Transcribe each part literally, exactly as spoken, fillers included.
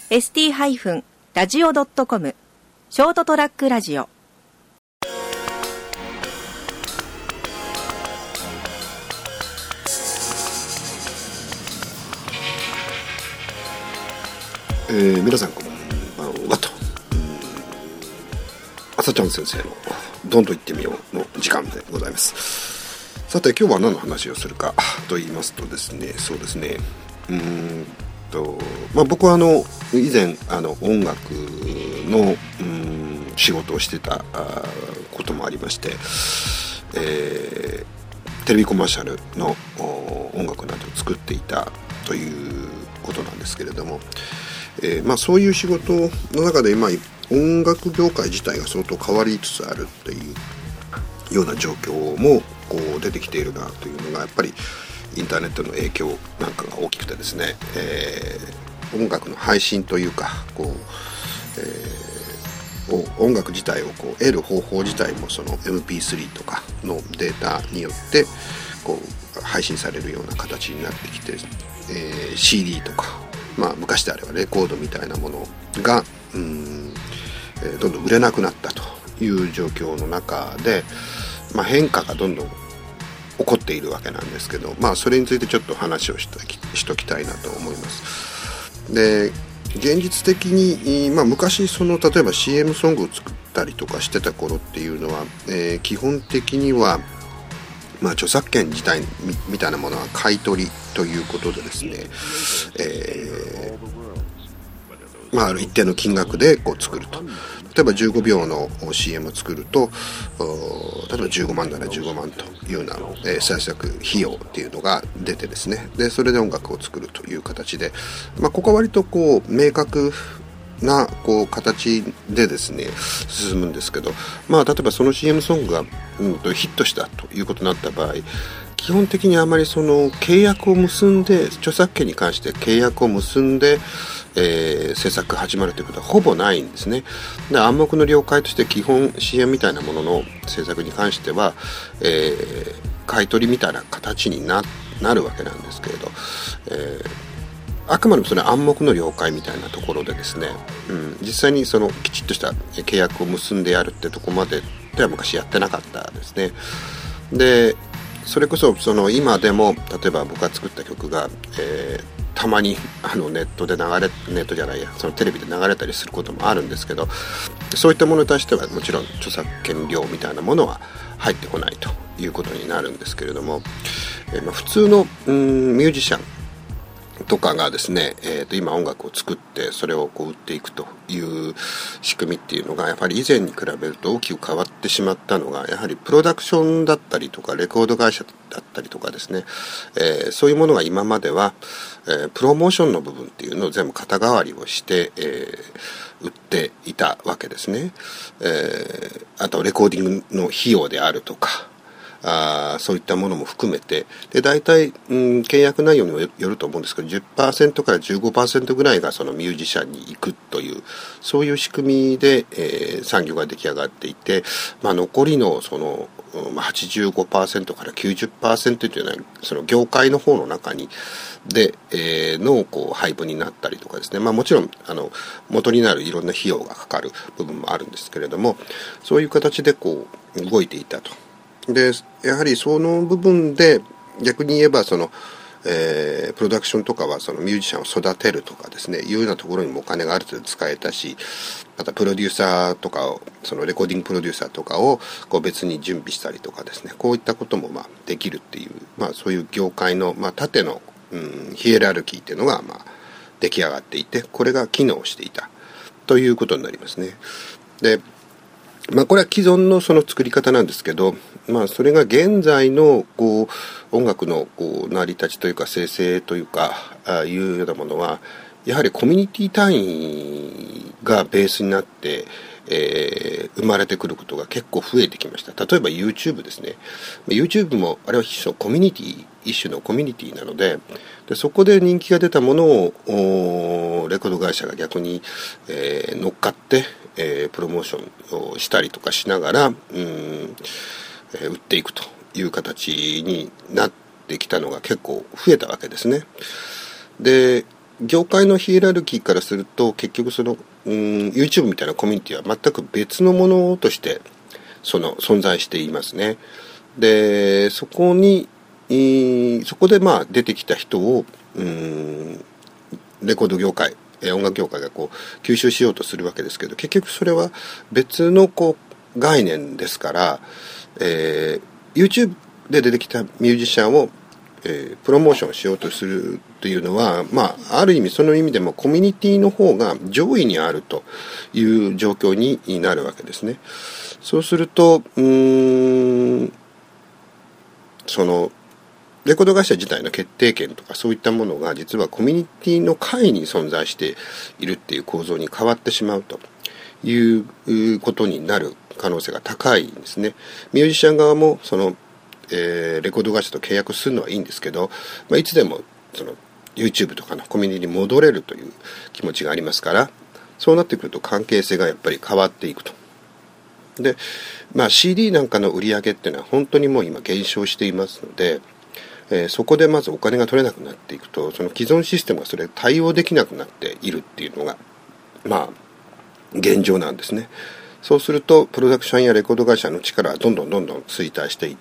エスティー ラジオ ドットコム ショートトラックラジオ。 えー、皆さんこんばんはと、朝ちゃん先生のどんと言ってみようの時間でございます。さて今日は何の話をするかと言いますとですね、そうですねうーんと、まあ、僕はあの以前あの音楽のうーん仕事をしてたこともありまして、えー、テレビコマーシャルの音楽などを作っていたということなんですけれども、えーまあ、そういう仕事の中で今音楽業界自体が相当変わりつつあるというような状況もこう出てきているなというのがやっぱりインターネットの影響なんかが大きくてですね、えー、音楽の配信というかこう、えー、音楽自体をこう得る方法自体もその エムピースリー とかのデータによってこう配信されるような形になってきて、えー、シーディー とかまあ、昔であればレコードみたいなものがうーん、えー、どんどん売れなくなったという状況の中で、まあ、変化がどんどん起こっているわけなんですけど、まあ、それについてちょっと話をしとき、しときたいなと思います。で、現実的に、まあ、昔その例えば シーエム ソングを作ったりとかしてた頃っていうのは、えー、基本的にはまあ、著作権自体 み, みたいなものは買い取りということでですね、えーまあ、ある一定の金額でこう作ると。例えばじゅうごびょうの シーエム を作ると例えばじゅうごまんならじゅうごまんというような、えー、制作費用っていうのが出てですね、でそれで音楽を作るという形で、まあ、ここは割とこう明確なこう形でですね進むんですけど、まあ、例えばその シーエム ソングが、うん、ヒットしたということになった場合、基本的にあまりその契約を結んで著作権に関して契約を結んで、えー、制作始まるということはほぼないんですね。で、暗黙の了解として基本 シーエム みたいなものの制作に関しては、えー、買い取りみたいな形に な, なるわけなんですけれど、えーあくまでもそれ暗黙の了解みたいなところでですね、うん、実際にそのきちっとした契約を結んでやるってとこまででは昔やってなかったですね。で、それこそその今でも例えば僕が作った曲が、えー、たまにあのネットで流れネットじゃないやそのテレビで流れたりすることもあるんですけど、そういったものに対してはもちろん著作権料みたいなものは入ってこないということになるんですけれども、えーまあ、普通のうんミュージシャンとかがですね、えー、と今音楽を作ってそれをこう売っていくという仕組みっていうのがやっぱり以前に比べると大きく変わってしまったのがやはりプロダクションだったりとかレコード会社だったりとかですね、えー、そういうものが今までは、えー、プロモーションの部分っていうのを全部肩代わりをして、えー、売っていたわけですね。えー、あとレコーディングの費用であるとかあそういったものも含めてで大体、うん、契約内容にもよると思うんですけど じゅっパーセント から じゅうごパーセント ぐらいがそのミュージシャンに行くというそういう仕組みで、えー、産業が出来上がっていて、まあ、残りのそのはちじゅうごパーセント から きゅうじゅっパーセント というのはその業界の方の中にで、えー、のこう配分になったりとかですね、まあ、もちろんあの元になるいろんな費用がかかる部分もあるんですけれども、そういう形でこう動いていたと。でやはりその部分で逆に言えばその、えー、プロダクションとかはそのミュージシャンを育てるとかですねいうようなところにもお金がある程度使えたし、またプロデューサーとかをそのレコーディングプロデューサーとかをこう別に準備したりとかですね、こういったこともまあできるっていう、まあ、そういう業界のまあ縦の、うん、ヒエラルキーっていうのがまあ出来上がっていて、これが機能していたということになりますね。でまあ、これは既存のその作り方なんですけど、まあ、それが現在のこう音楽のこう成り立ちというか生成というかあいうようなものはやはりコミュニティ単位がベースになって、えー、生まれてくることが結構増えてきました。例えば YouTube ですね。YouTube もあれは一種のコミュニティ一種のコミュニティなので、でそこで人気が出たものをレコード会社が逆に、えー、乗っかってえー、プロモーションをしたりとかしながら、うん、えー、売っていくという形になってきたのが結構増えたわけですね。で、 業界のヒエラルキーからすると結局その、うん、YouTube みたいなコミュニティは全く別のものとしてその存在していますね。でそこに、えー、そこでまあ出てきた人を、うん、レコード業界、音楽業界がこう吸収しようとするわけですけど、結局それは別のこう概念ですから、えー、YouTube で出てきたミュージシャンを、えー、プロモーションしようとするというのは、まあ、ある意味その意味でもコミュニティの方が上位にあるという状況になるわけですね。そうするとうーんそのレコード会社自体の決定権とかそういったものが実はコミュニティの下位に存在しているっていう構造に変わってしまうということになる可能性が高いんですね。ミュージシャン側もその、えー、レコード会社と契約するのはいいんですけど、まあ、いつでもその YouTube とかのコミュニティに戻れるという気持ちがありますから、そうなってくると関係性がやっぱり変わっていくと。で、まあ、シーディー なんかの売り上げっていうのは本当にもう今減少していますので、えー、そこでまずお金が取れなくなっていくと、その既存システムがそれ対応できなくなっているっていうのがまあ現状なんですね。そうするとプロダクションやレコード会社の力はどんどんどんどん衰退していって、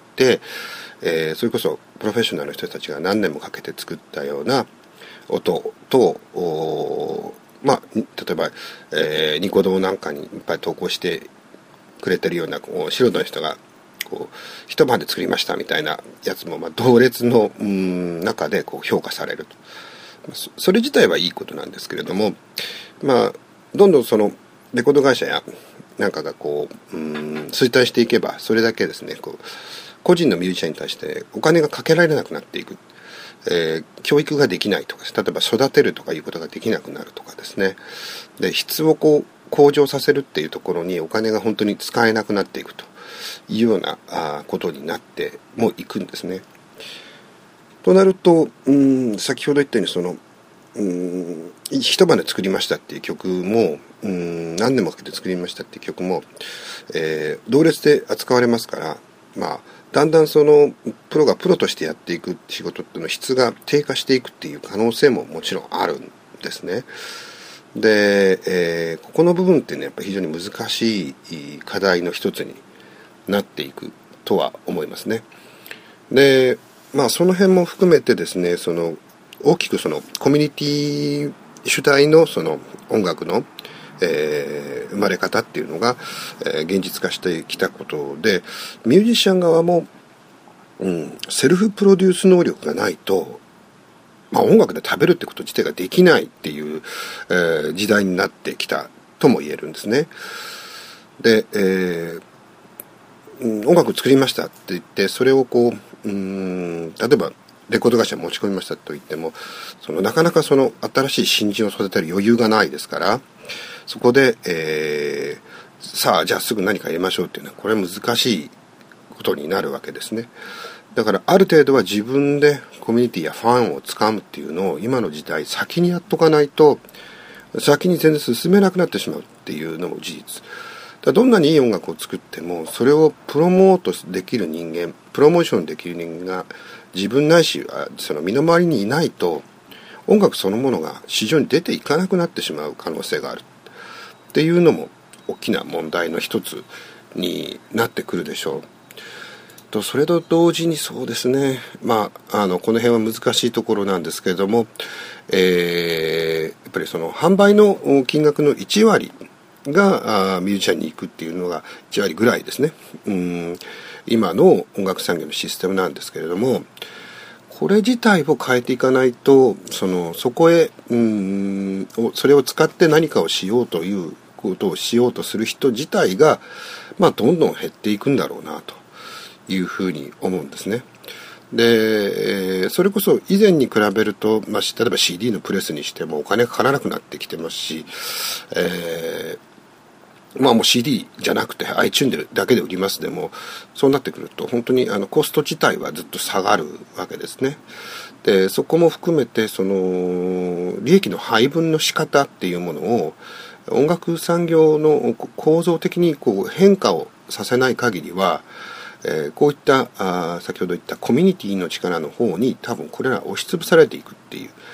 えー、それこそプロフェッショナルの人たちが何年もかけて作ったような音と、まあ例えば、えー、ニコ動なんかにいっぱい投稿してくれてるようなこう素人の人がこう一晩で作りましたみたいなやつも、まあ、同列のうん中でこう評価されると。それ自体はいいことなんですけれども、まあどんどんそのレコード会社やなんかがこう、うん衰退していけば、それだけですねこう個人のミュージシャンに対してお金がかけられなくなっていく、えー、教育ができないとか、例えば育てるとかいうことができなくなるとかですね。で質をこう向上させるっていうところにお金が本当に使えなくなっていくというようなあことになってもいくんですね。となると、うん先ほど言ったようにそのうん一晩で作りましたっていう曲も、うん何年もかけて作りましたっていう曲も、えー、同列で扱われますから、まあだんだんそのプロがプロとしてやっていく仕事っていうの質が低下していくっていう可能性ももちろんあるんですね。で、えー、ここの部分ってねやっぱり非常に難しい課題の一つになっていくとは思いますね。で、まあその辺も含めてですね、その大きくそのコミュニティ主体のその音楽の、えー、生まれ方っていうのが、えー、現実化してきたことで、ミュージシャン側も、うん、セルフプロデュース能力がないと、まあ、音楽で食べるってこと自体ができないっていう、えー、時代になってきたとも言えるんですね。で、えー、音楽作りましたって言ってそれをこう、うーん例えばレコード会社に持ち込みましたと言っても、そのなかなかその新しい新人を育てる余裕がないですから、そこで、えー、さあじゃあすぐ何か入れましょうっていうのはこれは難しいことになるわけですね。だからある程度は自分でコミュニティやファンをつかむっていうのを今の時代先にやっとかないと先に全然進めなくなってしまうっていうのも事実だ。どんなにいい音楽を作ってもそれをプロモートできる人間、プロモーションできる人間が自分ないしはその身の回りにいないと音楽そのものが市場に出ていかなくなってしまう可能性があるっていうのも大きな問題の一つになってくるでしょう。とそれと同時にそうですね、まあ、あのこの辺は難しいところなんですけれども、えー、やっぱりその販売の金額のいち割があミュージシャンに行くっていうのがいち割ぐらいですね。うん今の音楽産業のシステムなんですけれども、これ自体を変えていかないとそのそこへうんそれを使って何かをしようということをしようとする人自体が、まあ、どんどん減っていくんだろうなというふうに思うんですね。でそれこそ以前に比べると、まあ、例えば シーディー のプレスにしてもお金がかからなくなってきてますし、えーまあもう シーディー じゃなくて iTunes だけで売りますでもそうなってくると本当にあのコスト自体はずっと下がるわけですね。でそこも含めてその利益の配分の仕方っていうものを音楽産業の構造的にこう変化をさせない限りは、えー、こういったあ先ほど言ったコミュニティの力の方に多分これら押しつぶされていくっていう、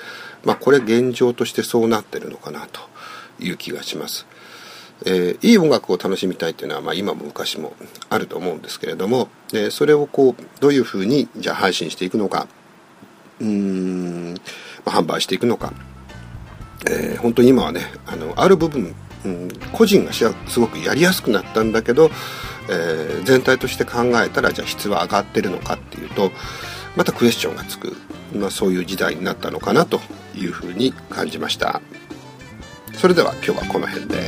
まあ、これ現状としてそうなってるのかなという気がします。えー、いい音楽を楽しみたいというのは、まあ、今も昔もあると思うんですけれども、えー、それをこうどういうふうにじゃあ配信していくのか、うーん、まあ、販売していくのか、えー、本当に今はね、あのある部分、うん、個人がしすごくやりやすくなったんだけど、えー、全体として考えたらじゃあ質は上がってるのかっていうとまたクエスチョンがつく、まあ、そういう時代になったのかなというふうに感じました。それでは今日はこの辺で。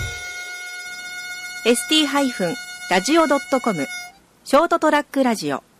エスティー ラジオ ドットコム ショートトラックラジオ